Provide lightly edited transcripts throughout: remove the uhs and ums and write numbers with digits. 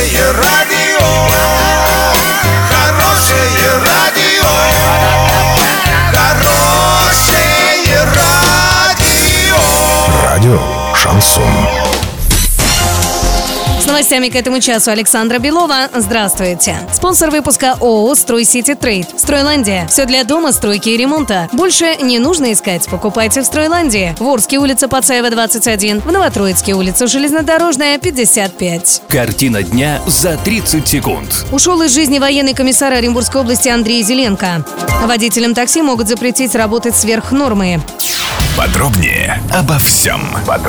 Хорошее радио, хорошее радио, хорошее радио. Радио «Шансон». С новостями к этому часу Александра Белова. Здравствуйте. Спонсор выпуска ООО «Стройсити Трейд». «Стройландия». Все для дома, стройки и ремонта. Больше не нужно искать. Покупайте в «Стройландии». В Орске, улица Пацаева, 21. В Новотроицке, улица Железнодорожная, 55. Картина дня за 30 секунд. Ушел из жизни военный комиссар Оренбургской области Андрей Зеленко. Водителям такси могут запретить работать сверх нормы. Подробнее обо всем.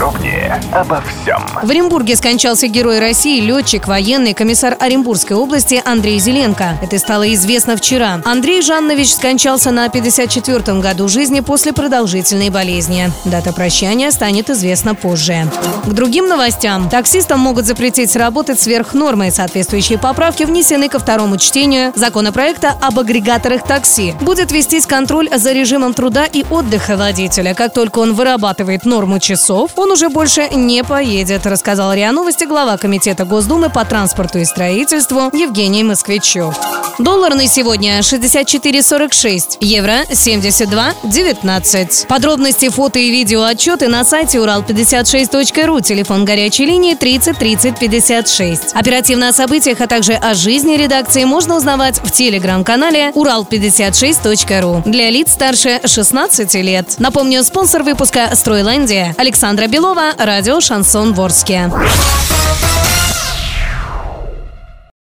В Оренбурге скончался герой России, летчик, военный комиссар Оренбургской области Андрей Зеленко. Это стало известно вчера. Андрей Жаннович скончался на 54-м году жизни после продолжительной болезни. Дата прощания станет известна позже. К другим новостям. Таксистам могут запретить работать сверх нормы. Соответствующие поправки внесены ко второму чтению законопроекта об агрегаторах такси. Будет вестись контроль за режимом труда и отдыха водителя. Как только он вырабатывает норму часов, он уже больше не поедет, рассказал РИА Новости глава Комитета Госдумы по транспорту и строительству Евгений Москвичев. Доллар на сегодня 64,46, евро 72,19. Подробности, фото и видео отчеты на сайте урал56.ру, телефон горячей линии 30 30 56. Оперативно о событиях, а также о жизни редакции можно узнавать в телеграм-канале урал56.ру для лиц старше 16 лет. Напомню, спонсор выпуска «Стройландия». Александра Белова, радио «Шансон» в Орске.